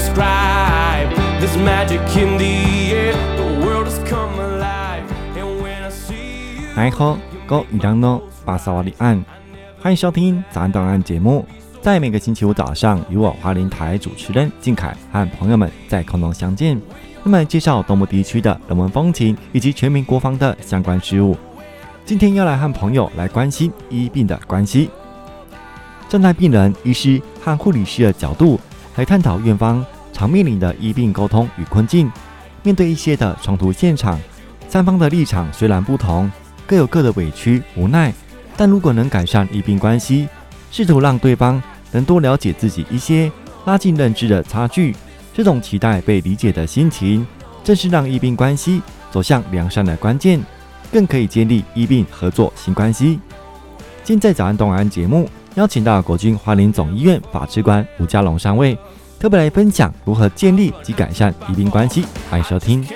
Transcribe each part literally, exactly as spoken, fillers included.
describe this magic in the air. The world has come alive, and when I see you. 大家好，我是张诺巴萨瓦里安，欢迎收听早安档案节目。在每个星期五早上，与我花莲台主持人靖凯和朋友们在空中相见，那么介绍东部地区的人文风情以及全民国防的相关事务。今天要来和朋友来关心医病的关系，站在病人、医师和护理师的角度来探讨院方常面临的医病沟通与困境。面对一些的冲突现场，三方的立场虽然不同，各有各的委屈无奈，但如果能改善医病关系，试图让对方能多了解自己一些，拉近认知的差距，这种期待被理解的心情，正是让医病关系走向良善的关键，更可以建立医病合作新关系。今在早安东安节目邀请到国军花莲总医院法制官吴家龙上尉，特别来分享如何建立及改善医病关系。欢迎收听。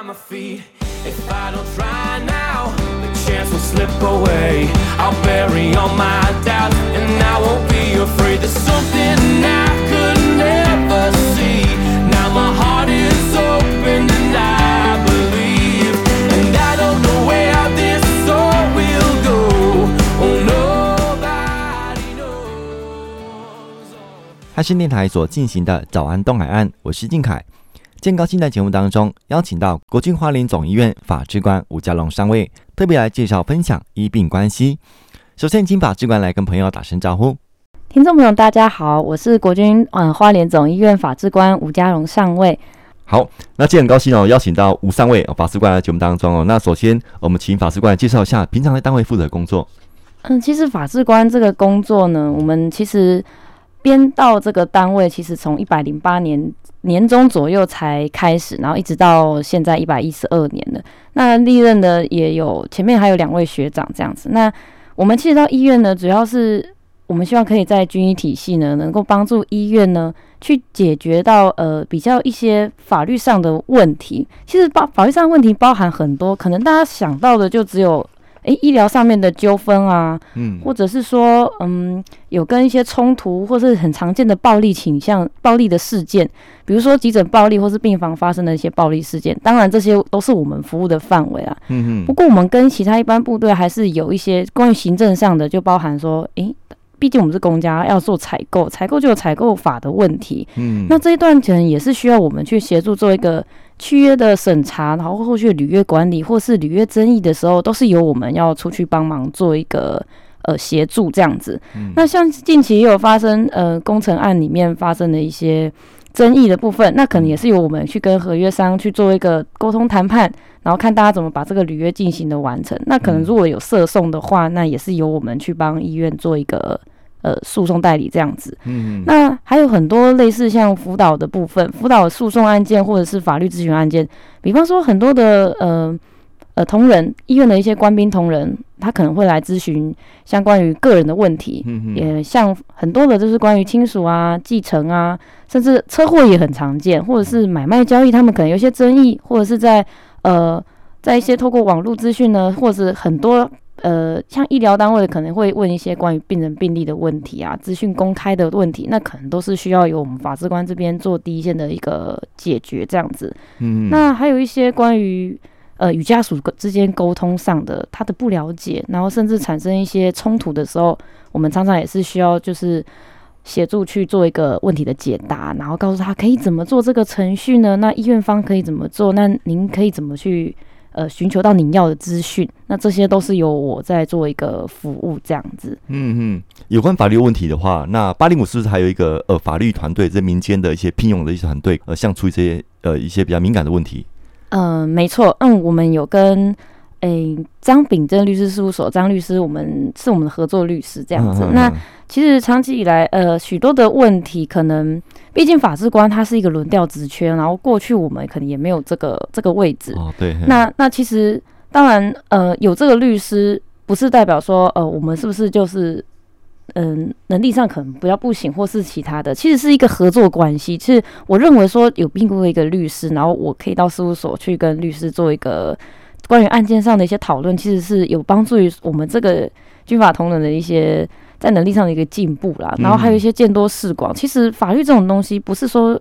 汉声电台所进行的早安东海岸，我是靖凯。今天高兴在节目当中邀请到国军花莲总医院法制官吴家龙上尉，特别来介绍分享医病关系。首先请法制官来跟朋友打声招呼。 听众朋友大家好，我是国军、呃、花莲总医院法制官吴家龙上尉。 好，那今天很高兴哦，邀请到吴上尉、哦、法制官来节目当中哦。那首先我们请法制官来介绍一下平常在单位负责的工作。 嗯，其实法制官这个工作呢，我们其实编到这个单位，其实从一百零八年年中左右才开始，然后一直到现在一百一十二年了。那历任的也有，前面还有两位学长这样子。那我们其实到医院呢，主要是我们希望可以在军医体系呢，能够帮助医院呢去解决到呃比较一些法律上的问题。其实包法律上的问题包含很多，可能大家想到的就只有诶，医疗上面的纠纷啊，嗯，或者是说，嗯，有跟一些冲突，或是很常见的暴力倾向、暴力的事件，比如说急诊暴力或是病房发生的一些暴力事件，当然这些都是我们服务的范围啊。嗯嗯。不过我们跟其他一般部队还是有一些关于行政上的，就包含说，诶，毕竟我们是公家，要做采购，采购就有采购法的问题。嗯。那这一段可能也是需要我们去协助做一个契约的审查，然后后续的履约管理或是履约争议的时候，都是由我们要出去帮忙做一个呃协助这样子。嗯、那像近期也有发生呃工程案里面发生的一些争议的部分，那可能也是由我们去跟合约商去做一个沟通谈判，然后看大家怎么把这个履约进行的完成。那可能如果有涉讼的话，那也是由我们去帮医院做一个呃，诉讼代理这样子。嗯，那还有很多类似像辅导的部分，辅导诉讼案件或者是法律咨询案件，比方说很多的呃呃同仁，医院的一些官兵同仁，他可能会来咨询相关于个人的问题，嗯，也像很多的就是关于亲属啊、继承啊，甚至车祸也很常见，或者是买卖交易，他们可能有一些争议，或者是在呃在一些透过网络资讯呢，或者是很多。呃，像医疗单位可能会问一些关于病人病历的问题啊，资讯公开的问题，那可能都是需要由我们法制官这边做第一线的一个解决这样子。嗯，那还有一些关于呃与家属之间沟通上的他的不了解，然后甚至产生一些冲突的时候，我们常常也是需要就是协助去做一个问题的解答，然后告诉他可以怎么做这个程序呢？那医院方可以怎么做？那您可以怎么去？呃，寻求到您要的资讯，那这些都是由我在做一个服务这样子。嗯嗯，有关法律问题的话，那八零五是不是还有一个呃法律团队，在民间的一些聘用的一些团队，呃，像处理这些呃一些比较敏感的问题？ 嗯，没错，嗯，我们有跟诶张秉珍律师事务所张律师，我们是我们的合作律师这样子。嗯嗯嗯，那其实长期以来，呃，许多的问题可能。毕竟法制官他是一个轮调职缺，然后过去我们可能也没有这个这个位置。哦，对。那那其实当然，呃，有这个律师不是代表说，呃，我们是不是就是嗯、呃、能力上可能比较不行，或是其他的，其实是一个合作关系。其实我认为说有聘雇一个律师，然后我可以到事务所去跟律师做一个关于案件上的一些讨论，其实是有帮助于我们这个军法同仁的一些。在能力上的一个进步啦，然后还有一些见多识广。其实法律这种东西，不是说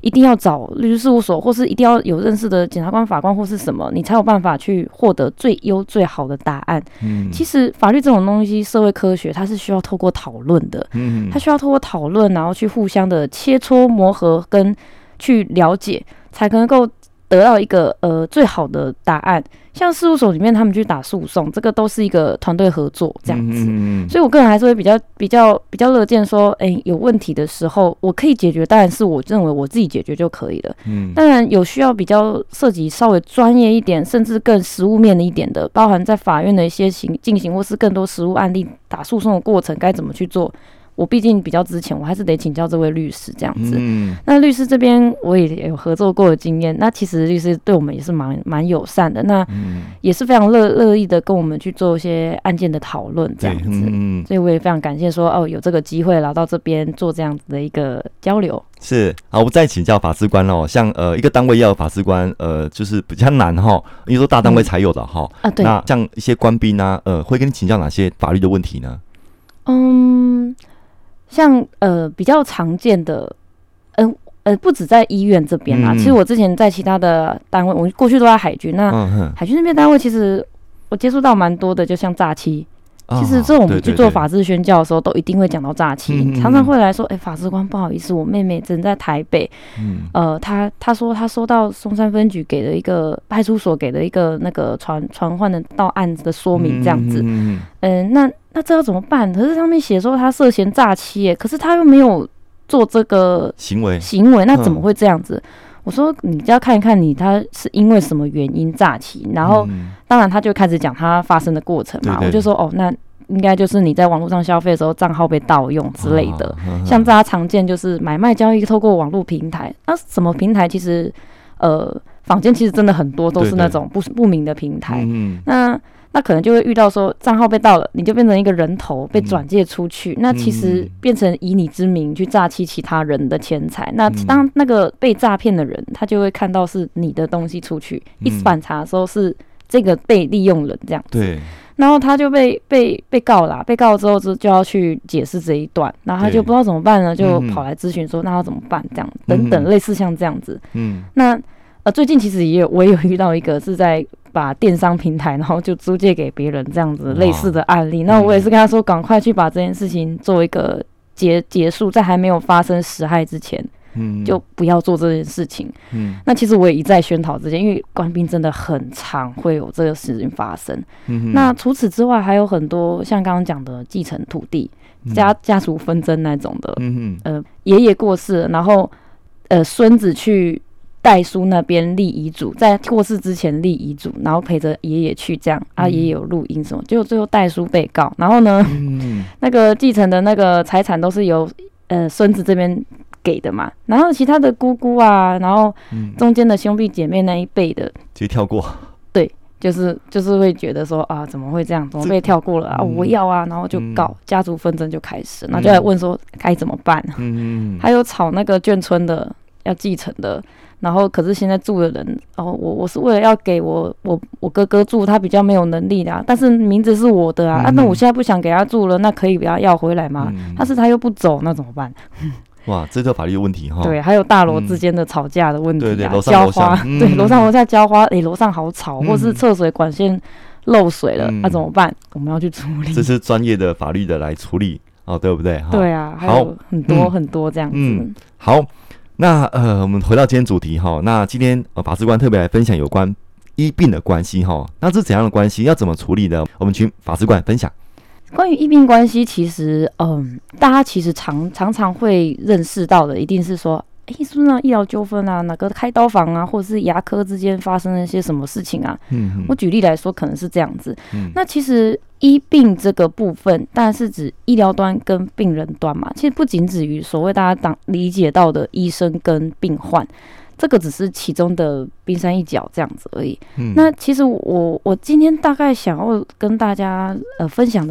一定要找律师事务所，或是一定要有认识的检察官、法官或是什么，你才有办法去获得最优最好的答案。嗯，其实法律这种东西，社会科学它是需要透过讨论的，嗯，它需要透过讨论，然后去互相的切磋磨合跟去了解，才能够得到一个呃最好的答案。像事务所里面他们去打诉讼，这个都是一个团队合作这样子，嗯嗯嗯，所以我个人还是会比较比较比较乐见说，哎、欸，有问题的时候我可以解决，当然是我认为我自己解决就可以了。嗯，当然有需要比较涉及稍微专业一点，甚至更实务面的一点的，包含在法院的一些行进行，或是更多实务案例打诉讼的过程该怎么去做。我毕竟比较之前，我还是得请教这位律师这样子。嗯，那律师这边我也有合作过的经验，那其实律师对我们也是蛮蛮友善的，那也是非常乐乐意的跟我们去做一些案件的讨论这样子。嗯，所以我也非常感谢说哦有这个机会来到这边做这样子的一个交流。 是，好，我再请教法司官哦，像呃一个单位要有法司官，呃就是比较难哈，因为说大单位才有的哈、嗯。啊，对。那像一些官兵啊，呃会跟你请教哪些法律的问题呢？ 嗯。像呃比较常见的，嗯 呃, 呃不止在医院这边啦、嗯，其实我之前在其他的单位，我过去都在海军，那、嗯、海军那边单位其实我接触到蛮多的，就像诈欺。哦、其实这我们去做法制宣教的时候，都一定会讲到诈欺，常常会来说，哎、欸，法师官不好意思，我妹妹人在台北，嗯、呃，她她说她收到松山分局给的一个派出所给的一个那个传传唤的到案的说明这样子，嗯，呃、那那这要怎么办？可是上面写说他涉嫌诈欺，耶，可是他又没有做这个行为行为，那怎么会这样子？嗯，我说你就要看一看你他是因为什么原因诈欺，然后、嗯、当然他就开始讲他发生的过程嘛，对对，我就说哦，那应该就是你在网络上消费的时候账号被盗用之类的，啊、像大家常见就是买卖交易透过网络平台，那什么平台其实呃坊间其实真的很多都是那种不对对不明的平台，嗯、那。那可能就会遇到说账号被盗了，你就变成一个人头被转借出去，嗯、那其实变成以你之名去诈欺其他人的钱财。嗯、那当那个被诈骗的人，他就会看到是你的东西出去，嗯、一反查的时候是这个被利用人这样子。对。然后他就被被被告啦，被告之后就就要去解释这一段，然后他就不知道怎么办呢，就跑来咨询说、嗯、那要怎么办这样等等，类似像这样子。嗯。那呃最近其实也有我也有遇到一个是在。把电商平台，然后就租借给别人这样子类似的案例，那我也是跟他说，赶快去把这件事情做一个结结束，在还没有发生实害之前，嗯，就不要做这件事情。嗯，那其实我也一再宣导这件，因为官兵真的很常会有这个事情发生。嗯，那除此之外，还有很多像刚刚讲的继承土地、家家族纷争那种的。嗯呃，爷爷过世了，然后呃孙子去。代书那边立遗嘱，在过世之前立遗嘱，然后陪着爷爷去这样，啊，爷爷有录音什么，结果最后代书被告，然后呢，嗯、那个继承的那个财产都是由呃孙子这边给的嘛，然后其他的姑姑啊，然后中间的兄弟姐妹那一辈的， 直接跳过， 对，就是就是会觉得说啊，怎么会这样，怎么被跳过了啊？嗯、我要啊，然后就告，嗯、家族纷争就开始，然后就来问说该怎么办，嗯，还有吵那个眷村的要继承的。然后，可是现在住的人，哦，我我是为了要给我我我哥哥住，他比较没有能力的，但是名字是我的啊，嗯、啊，那我现在不想给他住了，那可以给他要回来吗？嗯、但是他又不走，那怎么办？ 哇，这个法律问题哈。 对，还有大楼之间的吵架的问题啊， 嗯、对对， 浇花，嗯、对，楼上楼下浇花，诶，楼上好吵，嗯、或是厕水管线漏水了，那、嗯啊、怎么办？我们要去处理。 这是专业的法律的来处理哦，对不对？ 对啊，还有很多、嗯、很多这样子。 嗯、好。那呃，我们回到今天主题哈。那今天呃，法司官特别来分享有关医病的关系哈。那这是怎样的关系？要怎么处理呢？我们请法司官分享。 关于医病关系，其实嗯，大家其实常常常会认识到的，一定是说，哎，是不是那医疗纠纷啊，哪个开刀房啊，或者是牙科之间发生了一些什么事情啊？嗯，我举例来说，可能是这样子。嗯，那其实医病这个部分，当然是指医疗端跟病人端嘛。其实不仅止于所谓大家当理解到的医生跟病患，这个只是其中的冰山一角这样子而已。嗯，那其实我我今天大概想要跟大家呃分享的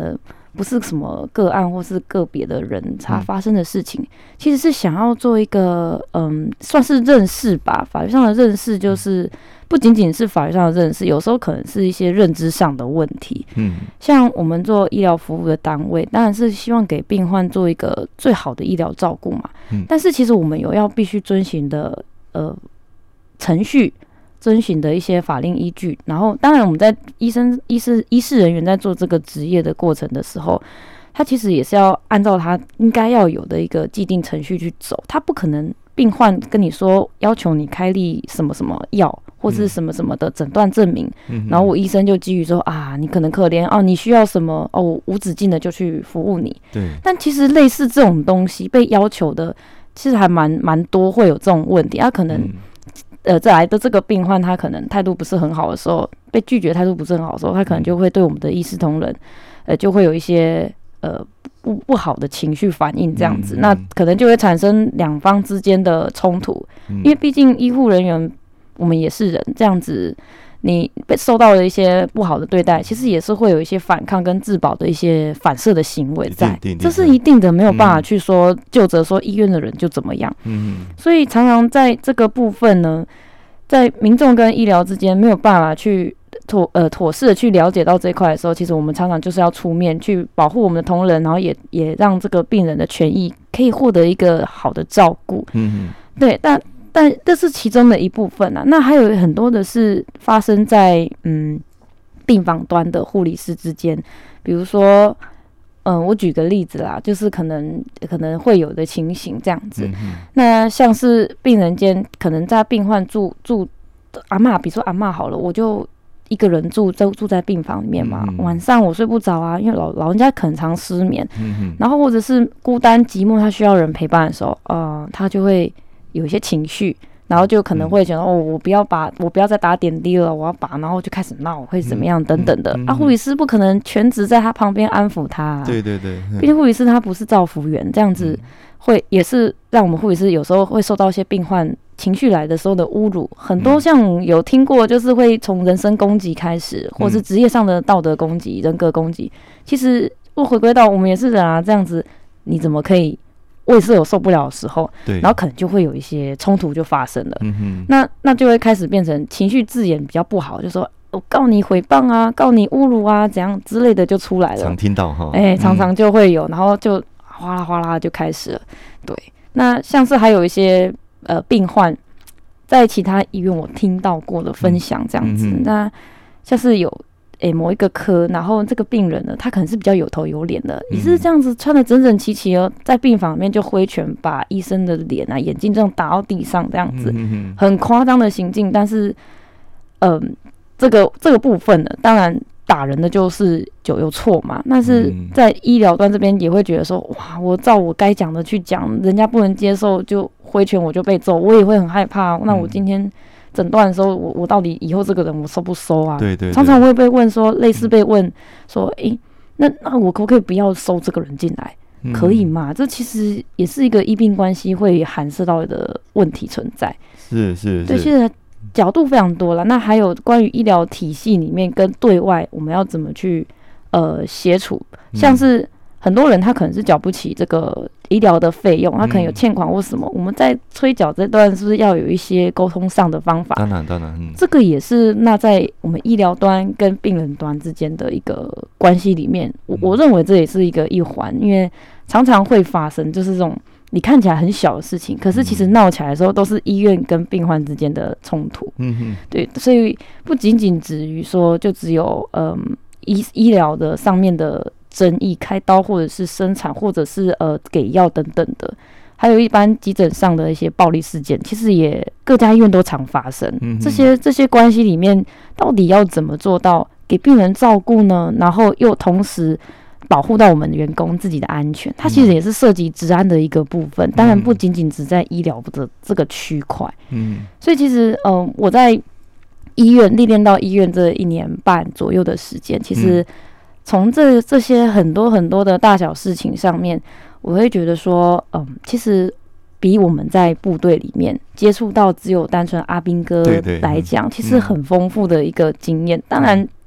不是什么个案或是个别的人才发生的事情，嗯、其实是想要做一个嗯，算是认识吧。法律上的认识就是不仅仅是法律上的认识，有时候可能是一些认知上的问题。嗯，像我们做医疗服务的单位，当然是希望给病患做一个最好的医疗照顾嘛。嗯，但是其实我们有要必须遵循的呃程序。遵循的一些法令依据，然后当然我们在医生、医师、医事人员在做这个职业的过程的时候，他其实也是要按照他应该要有的一个既定程序去走，他不可能病患跟你说要求你开立什么什么药或是什么什么的诊断证明，嗯、然后我医生就基于说啊，你可能可怜哦，你需要什么哦，无止境的就去服务你。对，但其实类似这种东西被要求的，其实还蛮蛮多会有这种问题，他可能。嗯呃，再来的这个病患，他可能态度不是很好的时候，被拒绝态度不是很好的时候，他可能就会对我们的医师同仁，呃，就会有一些呃不不好的情绪反应，这样子，嗯嗯、那可能就会产生两方之间的冲突，嗯、因为毕竟医护人员我们也是人，这样子。你被受到了一些不好的对待，其实也是会有一些反抗跟自保的一些反射的行为在，这是一定的，没有办法去说就责说医院的人就怎么样。嗯，所以常常在这个部分呢，在民众跟医疗之间没有办法去妥呃妥适的去了解到这一块的时候，其实我们常常就是要出面去保护我们的同仁，然后也也让这个病人的权益可以获得一个好的照顾。嗯，对，但。但这是其中的一部分啊，那还有很多的是发生在嗯病房端的护理师之间，比如说，嗯，我举个例子啦，就是可能可能会有的情形这样子。嗯、那像是病人间可能在病患住住阿嬷，比如说阿嬷好了，我就一个人住在住在病房里面嘛，嗯、晚上我睡不着啊，因为老老人家可能常失眠，嗯、然后或者是孤单寂寞，他需要人陪伴的时候，呃，他就会。有一些情绪，然后就可能会觉得、嗯、哦，我不要把我不要再打点滴了，我要把，然后就开始闹，会怎么样等等的。嗯嗯、啊，护理师不可能全职在他旁边安抚他、啊。对对对，毕竟护理师他不是照服员，这样子会也是让我们护理师有时候会受到一些病患情绪来的时候的侮辱。很多像有听过，就是会从人身攻击开始，或是职业上的道德攻击、人格攻击。其实我回归到我们也是人啊，这样子你怎么可以？我也是有受不了的时候，然后可能就会有一些冲突就发生了，嗯、那那就会开始变成情绪字眼比较不好，就说我告你诽谤啊，告你侮辱啊，怎样之类的就出来了。 常听到哈， 哎、欸，常常就会有，然后就哗啦哗啦就开始了。对，那像是还有一些呃病患在其他医院我听到过的分享这样子，嗯、那像是有。诶，某一个科，然后这个病人呢，他可能是比较有头有脸的，也是这样子穿得整整齐齐哦，在病房里面就挥拳把医生的脸啊、眼镜这样打到地上，这样子，很夸张的行径。但是，嗯、呃，这个这个部分呢，当然打人的就是就有错嘛，但是在医疗端这边也会觉得说，哇，我照我该讲的去讲，人家不能接受就挥拳我就被揍，我也会很害怕。那我今天。诊断的时候，我我到底以后这个人我收不收啊？对 对, 对，常常我会被问说，类似被问说，诶、欸，那那我可不可以不要收这个人进来？嗯、可以吗？这其实也是一个医病关系会涵涉到的问题存在。是是是，对，其实角度非常多了。那还有关于医疗体系里面跟对外，我们要怎么去呃协处？像是很多人他可能是缴不起这个医疗的费用，他可能有欠款或什么，嗯、我们在催缴这段是不是要有一些沟通上的方法？当然当然，嗯、这个也是那在我们医疗端跟病人端之间的一个关系里面，我我认为这也是一个一环，因为常常会发生就是这种你看起来很小的事情，可是其实闹起来的时候都是医院跟病患之间的冲突。嗯哼，对，所以不仅仅止于说就只有嗯医医疗的上面的。争议开刀或者是生产或者是呃给药等等的，还有一般急诊上的一些暴力事件，其实也各家医院都常发生。嗯、这些这些关系里面，到底要怎么做到给病人照顾呢？然后又同时保护到我们员工自己的安全，它其实也是涉及治安的一个部分。当然不仅仅只在医疗的这个区块。嗯，所以其实呃我在医院历练到医院这一年半左右的时间，其实。嗯从这这些很多很多的大小事情上面，我会觉得说，嗯，其实比我们在部队里面接触到只有单纯阿兵哥来讲，其实很丰富的一个经验。当然，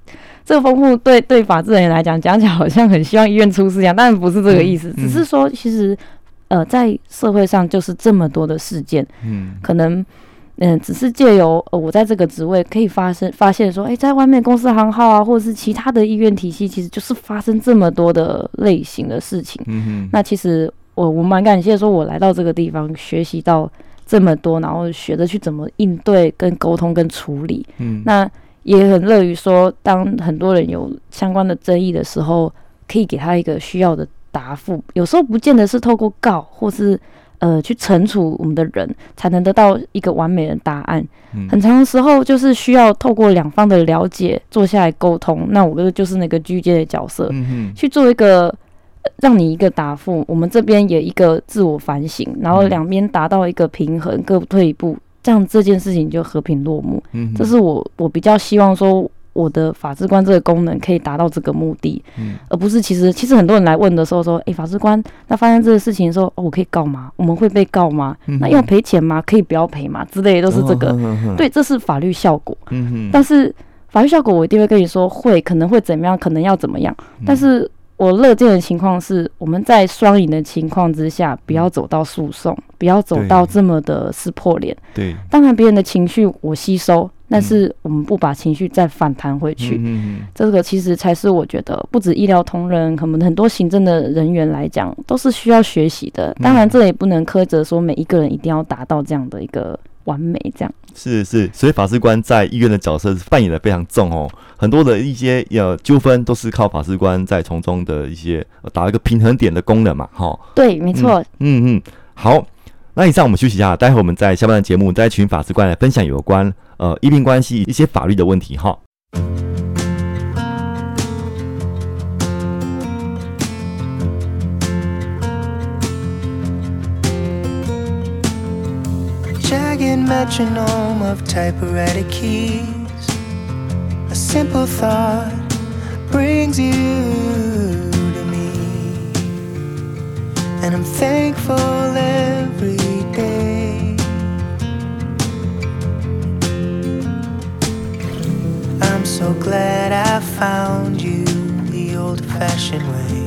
这个丰富对对法治人员来讲，讲起来好像很希望医院出事一样，但不是这个意思，嗯、只是说其实呃在社会上就是这么多的事件，嗯，可能。嗯，只是借由、呃、我在这个职位可以发生发现说，哎、欸，在外面公司行号啊，或者是其他的医院体系，其实就是发生这么多的类型的事情。嗯哼，那其实我我蛮感谢，说我来到这个地方学习到这么多，然后学着去怎么应对、跟沟通、跟处理。嗯，那也很乐于说，当很多人有相关的争议的时候，可以给他一个需要的答复。有时候不见得是透过告，或是。呃，去惩处我们的人，才能得到一个完美的答案。嗯、很长的时候，就是需要透过两方的了解，坐下来沟通。那我就是那个居间的角色，嗯、去做一个、呃、让你一个答复。我们这边也一个自我反省，然后两边达到一个平衡，各退一步，这样这件事情就和平落幕。嗯、这是我我比较希望说。我的法治官这个功能可以达到这个目的，嗯、而不是其实其实很多人来问的时候说，哎、欸，法治官，那发生这个事情的时候，哦，我可以告吗？我们会被告吗？嗯、那要赔钱吗？可以不要赔吗？之类的都是这个，哦、呵呵对，这是法律效果。嗯、但是法律效果我一定会跟你说，会可能会怎么样，可能要怎么样。嗯、但是我乐见的情况是，我们在双赢的情况之下，不要走到诉讼，不要走到这么的撕破脸。对，当然别人的情绪我吸收。但是我们不把情绪再反弹回去，嗯、这个其实才是我觉得不止医疗同仁，可能很多行政的人员来讲，都是需要学习的。当然，这也不能苛责说每一个人一定要达到这样的一个完美，这样是是。所以法治官在医院的角色扮演的非常重哦，很多的一些呃纠纷都是靠法治官在从中的一些打一个平衡点的功能嘛，哈。 对，没错。 嗯 嗯, 嗯，好。那以上我们休息一下，待会我们在下半段节目再请法治官来分享有关呃医病关系一些法律的问题哈。 Jagged metronome of typewriter keys, a simple thought brings you to me, and I'm thankful every day. I'm so glad I found you the old-fashioned way,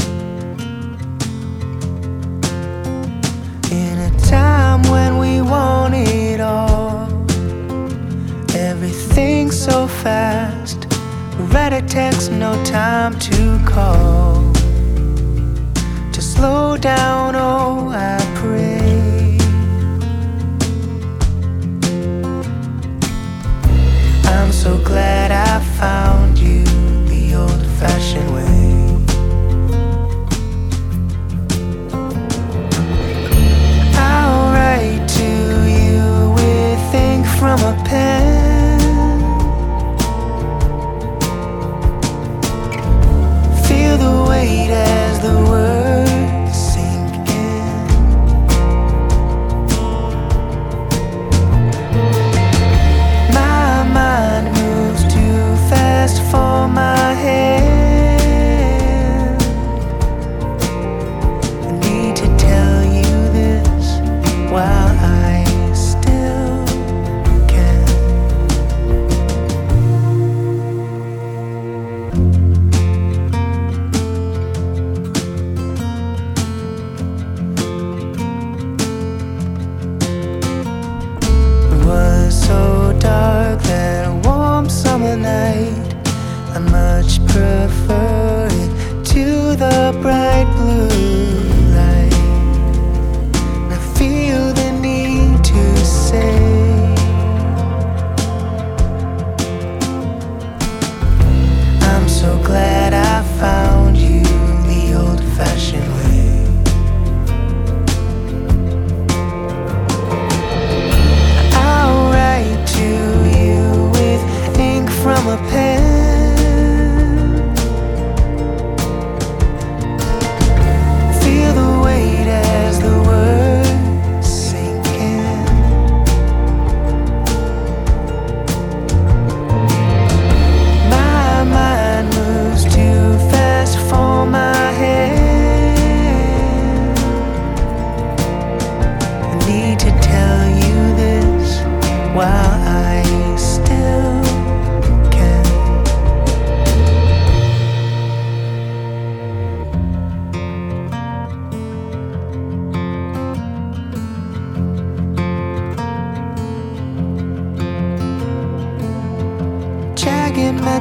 in a time when we want it all, everything so fast, read a text, no time to call, to slow down, oh I pray. I'm so glad I found you the old-fashioned way. I'll write to you with ink from a pen, feel the weight as the words sink in.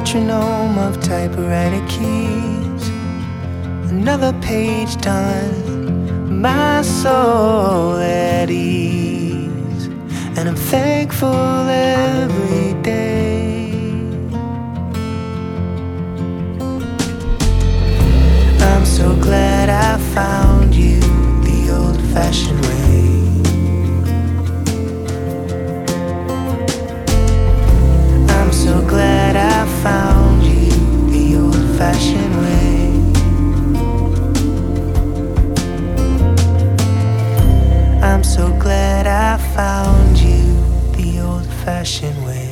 metronome of typewriter keys. Another page done, my soul at ease, and I'm thankful every day. I'm so glad I found you the old-fashioned way. I'm so glad I found you the old-fashioned way. I'm so glad I found you the old-fashioned way.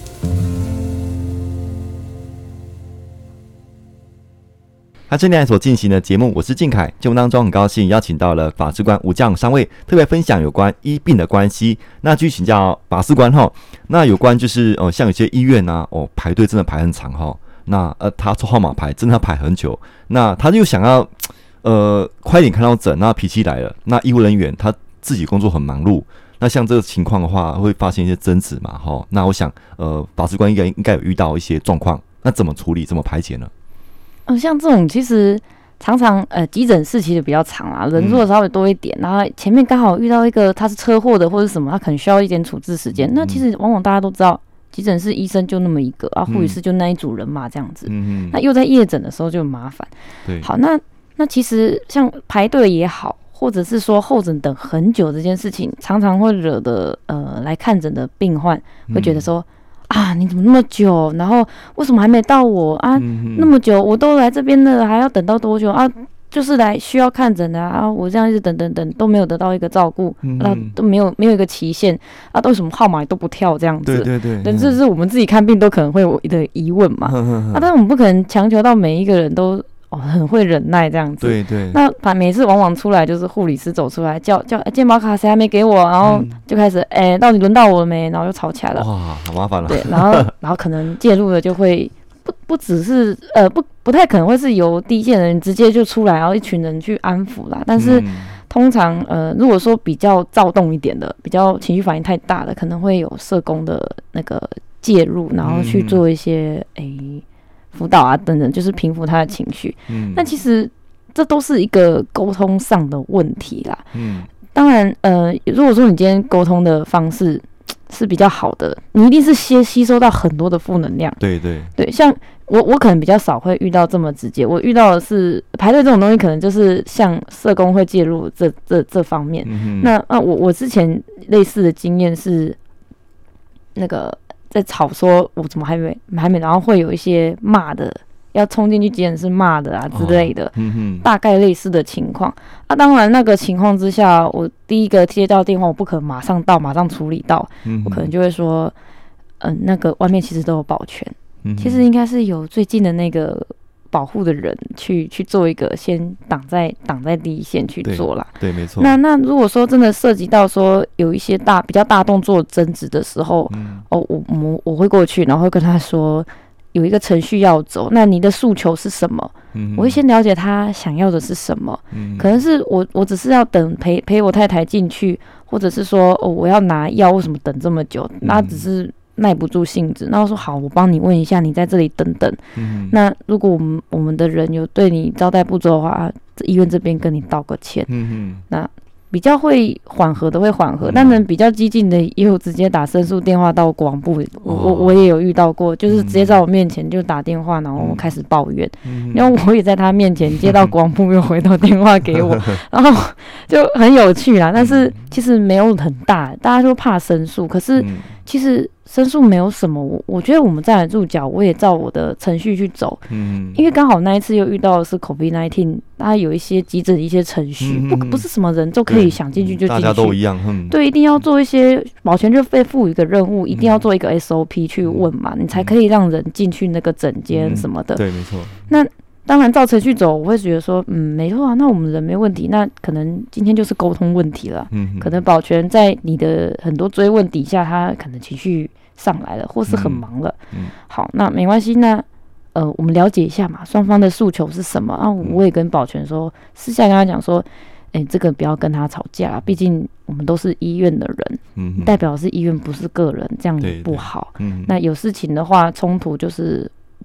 他今年所进行的节目，我是靖凯。节目当中很高兴邀请到了法师官吴家宏上尉，特别分享有关医病的关系。那继续请教法师官哈，那有关就是呃，像有些医院啊，哦排队真的排很长哈。那呃，他抽号码牌真的要排很久。那他就想要呃快点看到诊，那脾气来了。那医护人员他自己工作很忙碌，那像这个情况的话，会发生一些争执嘛哈。那我想呃，法师官应该应该有遇到一些状况，那怎么处理，怎么排解呢？ 嗯，像这种其实常常呃急诊室其实比较长啦，人数稍微多一点，嗯、然后前面刚好遇到一个他是车祸的或者什么，他可能需要一点处置时间。嗯、那其实往往大家都知道，急诊室医生就那么一个啊，护理师就那一组人嘛，这样子。嗯、那又在夜诊的时候就很麻烦。对，好，那那其实像排队也好，或者是说候诊等很久这件事情，常常会惹得呃来看诊的病患会觉得说。嗯啊，你怎么那么久？然后为什么还没到我啊？嗯、那么久，我都来这边了，还要等到多久啊？就是来需要看诊的啊，我这样一直等等等都没有得到一个照顾，嗯、啊，都没有没有一个期限啊，为什么号码都不跳这样子？对对对，这是我们自己看病都可能会有的疑问嘛。呵呵呵啊，但是我们不可能强求到每一个人都。哦，很会忍耐这样子。对对。那每次往往出来就是护理师走出来叫叫健保卡谁还没给我，然后就开始哎、嗯欸，到底轮到我了没？然后就吵起来了。 哇，好麻烦了。 对，然后然后可能介入的就会不不只是呃不不太可能会是由第一线的人直接就出来，然后一群人去安抚啦。但是、嗯、通常呃如果说比较躁动一点的，比较情绪反应太大的，可能会有社工的那个介入，然后去做一些哎。嗯欸辅导啊，等等，就是平复他的情绪。嗯，那其实这都是一个沟通上的问题啦。嗯，当然，呃，如果说你今天沟通的方式是比较好的，你一定是先吸收到很多的负能量。对对对，像我，我可能比较少会遇到这么直接。我遇到的是排队这种东西，可能就是像社工会介入这这这方面。嗯、那啊，我我之前类似的经验是那个。在吵说我怎么还没还没，然后会有一些骂的，要冲进去急诊室骂的啊之类的，哦嗯、大概类似的情况。啊，当然那个情况之下，我第一个接到电话，我不可能马上到，马上处理到，嗯、我可能就会说，嗯、呃，那个外面其实都有保全，嗯、其实应该是有最近的那个保护的人去去做一个先挡在挡在第一线去做啦。对，对没错。那那如果说真的涉及到说有一些大比较大动作争执的时候，嗯、哦，我我我会过去，然后会跟他说有一个程序要走，那你的诉求是什么？嗯、我会先了解他想要的是什么。嗯、可能是我我只是要等陪陪我太太进去，或者是说哦我要拿药，为什么等这么久？那只是。耐不住性子，然后说好，我帮你问一下，你在这里等等。嗯、那如果我们我们的人有对你招待不周的话，医院这边跟你道个歉。嗯、那比较会缓和的会缓和，嗯、但能比较激进的也有直接打申诉电话到国防部，我我我也有遇到过，就是直接在我面前就打电话，然后开始抱怨，嗯、然后我也在他面前接到国防部又回到电话给我，然后就很有趣啦。但是其实没有很大，大家都怕申诉，可是其实。申诉没有什么，我我觉得我们站得住脚，我也照我的程序去走。嗯，因为刚好那一次又遇到的是 COVID 十九，大家有一些急诊的一些程序，嗯、不不是什么人都可以想进去就进去，大家都一样。嗯，对，一定要做一些保全就被赋予一个任务，一定要做一个 S O P 去问嘛，嗯、你才可以让人进去那个诊间什么的。嗯、对，没错。那。当然照程序走，我会觉得说，嗯，没错啊，那我们人没问题，那可能今天就是沟通问题了。嗯，可能保全在你的很多追问底下，他可能情绪上来了，或是很忙了。嗯，好，那没关系，那呃，我们了解一下嘛，双方的诉求是什么啊？我也跟保全说，私下跟他讲说，哎、欸，这个不要跟他吵架，毕竟我们都是医院的人，嗯，代表是医院不是个人，这样也不好。嗯，那有事情的话，冲突就是。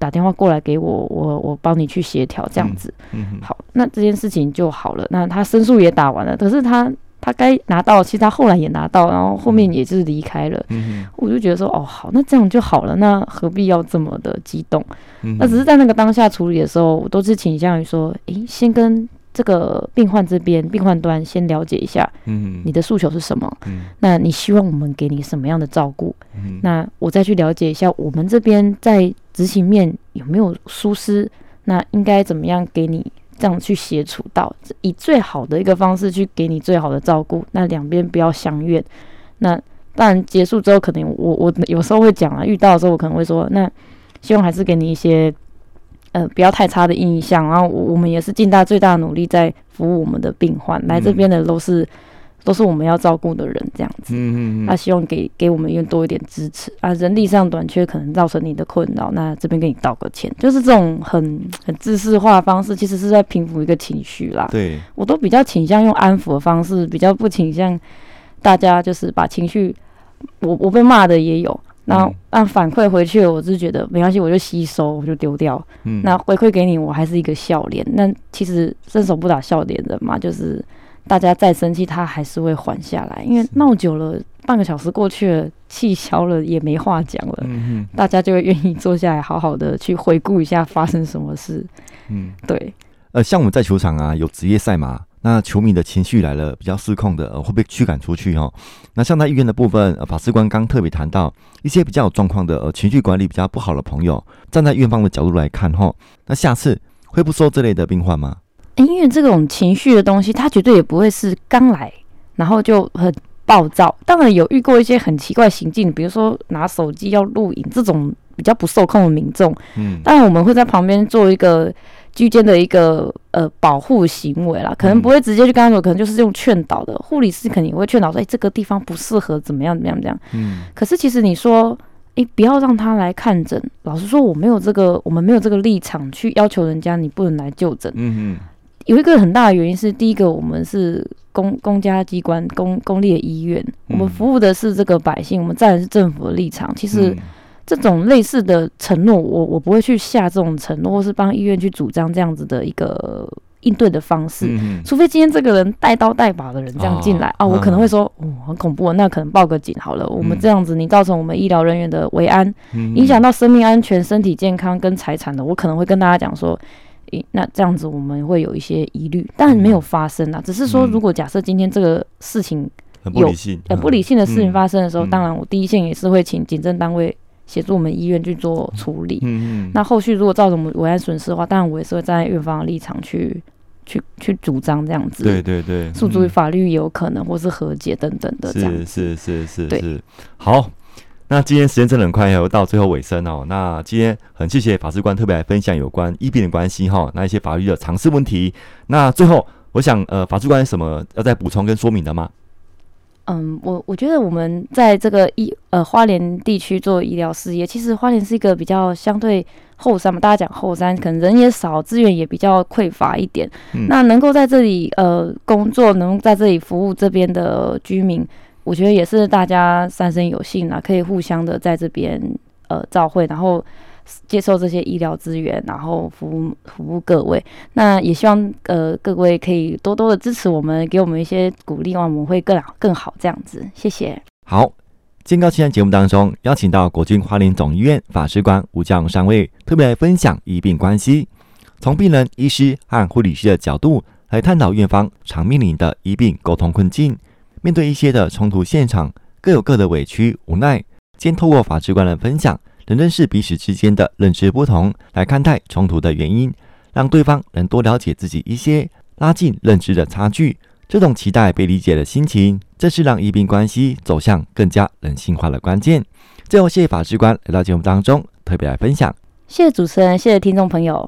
打电话过来给我，我我帮你去协调这样子。 嗯嗯、 好，那这件事情就好了。那他申诉也打完了，可是他他该拿到，其实他后来也拿到，然后后面也就是离开了。 嗯、 我就觉得说，哦，好，那这样就好了，那何必要这么的激动？ 嗯、 那只是在那个当下处理的时候，我都是倾向于说，诶，先跟这个病患这边病患端先了解一下， 嗯， 你的诉求是什么？ 嗯， 那你希望我们给你什么样的照顾？ 嗯， 那我再去了解一下我们这边在执行面有没有疏失，那应该怎么样给你这样去协助到，以最好的一个方式去给你最好的照顾，那两边不要相怨。那当然结束之后，可能我我有时候会讲啊，遇到的时候我可能会说，那希望还是给你一些。呃，不要太差的印象，然后我们也是尽大最大的努力在服务我们的病患，来这边的都是、嗯、都是我们要照顾的人，这样子。嗯嗯他、啊、希望给给我们医院多一点支持啊，人力上短缺可能造成你的困扰，那这边给你道个歉，就是这种很很自私化的方式，其实是在平复一个情绪啦。 对， 我都比较倾向用安抚的方式，比较不倾向大家就是把情绪，我我被骂的也有。然后按反馈回去，我是觉得没关系，我就吸收，我就丢掉。嗯，那回馈给你，我还是一个笑脸。那其实伸手不打笑脸人嘛，就是大家再生气，他还是会缓下来，因为闹久了，半个小时过去了，气消了，也没话讲了，嗯，大家就会愿意坐下来，好好的去回顾一下发生什么事。嗯，对。 呃，像我们在球场啊，有职业赛嘛。那球迷的情绪来了，比较失控的、呃、会被驱赶出去哦。那像在医院的部分，呃，法师官刚特别谈到一些比较有状况的、呃、情绪管理比较不好的朋友，站在院方的角度来看哈，那下次会不收这类的病患吗？ 因为这种情绪的东西，它绝对也不会是刚来，然后就很暴躁。当然有遇过一些很奇怪行径，比如说拿手机要录影这种比较不受控的民众，嗯，当然我们会在旁边做一个。居间的一个呃保护行为啦，可能不会直接去跟他说，可能就是用劝导的。护理师肯定也会劝导说，哎、欸，这个地方不适合怎么样怎么样怎么样。嗯。可是其实你说，哎、欸，不要让他来看诊。老实说，我没有这个，我们没有这个立场去要求人家你不能来就诊。嗯嗯。有一个很大的原因是，第一个，我们是公公家机关、公公立的医院，我们服务的是这个百姓，我们站的是政府的立场。其实。嗯这种类似的承诺，我我不会去下这种承诺，或是帮医院去主张这样子的一个应对的方式，嗯、除非今天这个人带刀带把的人这样进来啊、哦哦，我可能会说，哦，很恐怖，那可能报个警好了。嗯、我们这样子，你造成我们医疗人员的危安，嗯、影响到生命安全、身体健康跟财产的，我可能会跟大家讲说，那这样子我们会有一些疑虑，但没有发生啊，只是说，如果假设今天这个事情有很不理性、 很不理性的事情发生的时候，嗯、当然我第一线也是会请警政单位。协助我们医院去做处理。嗯嗯。那后续如果造成我们危安损失的话，当然我也是会站在院方的立场去去去主张这样子。 对对对。 诉诸于法律也有可能，或是和解等等的这样子。 是是是是是。好，那今天时间真的很快，又到最后尾声哦。那今天很谢谢法师官特别来分享有关医病的关系哈，那一些法律的常识问题。那最后，我想呃，法师官有什么要再补充跟说明的吗？ 嗯，我我觉得我们在这个医呃花莲地区做医疗事业，其实花莲是一个比较相对后山嘛，大家讲后山，可能人也少，资源也比较匮乏一点。嗯、那能够在这里呃工作，能在这里服务这边的居民，我觉得也是大家三生有幸啦，可以互相的在这边呃照会，然后。接受这些医疗资源，然后服务服务各位。那也希望呃各位可以多多的支持我们，给我们一些鼓励，让我们会更好更好这样子。谢谢。 好，今天高清节目当中邀请到国军花莲总医院法师官吴家荣上尉特别来分享医病关系，从病人、医师和护理师的角度来探讨院方常面临的医病沟通困境。面对一些的冲突现场，各有各的委屈无奈。今天透过法师官的分享。能认识彼此之间的认知不同，来看待冲突的原因，让对方能多了解自己一些，拉近认知的差距。这种期待被理解的心情，正是让医病关系走向更加人性化的关键。最后，谢谢法师官来到节目当中，特别来分享。 谢谢主持人，谢谢听众朋友。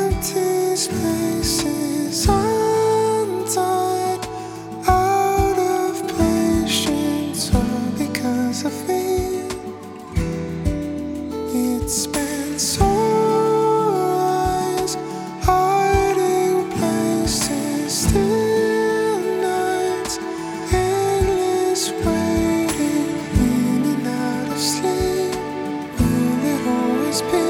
Spaces untied out of It spans all eyes, hiding places, still nights, endless waiting, in and out of sleep. Will it always be?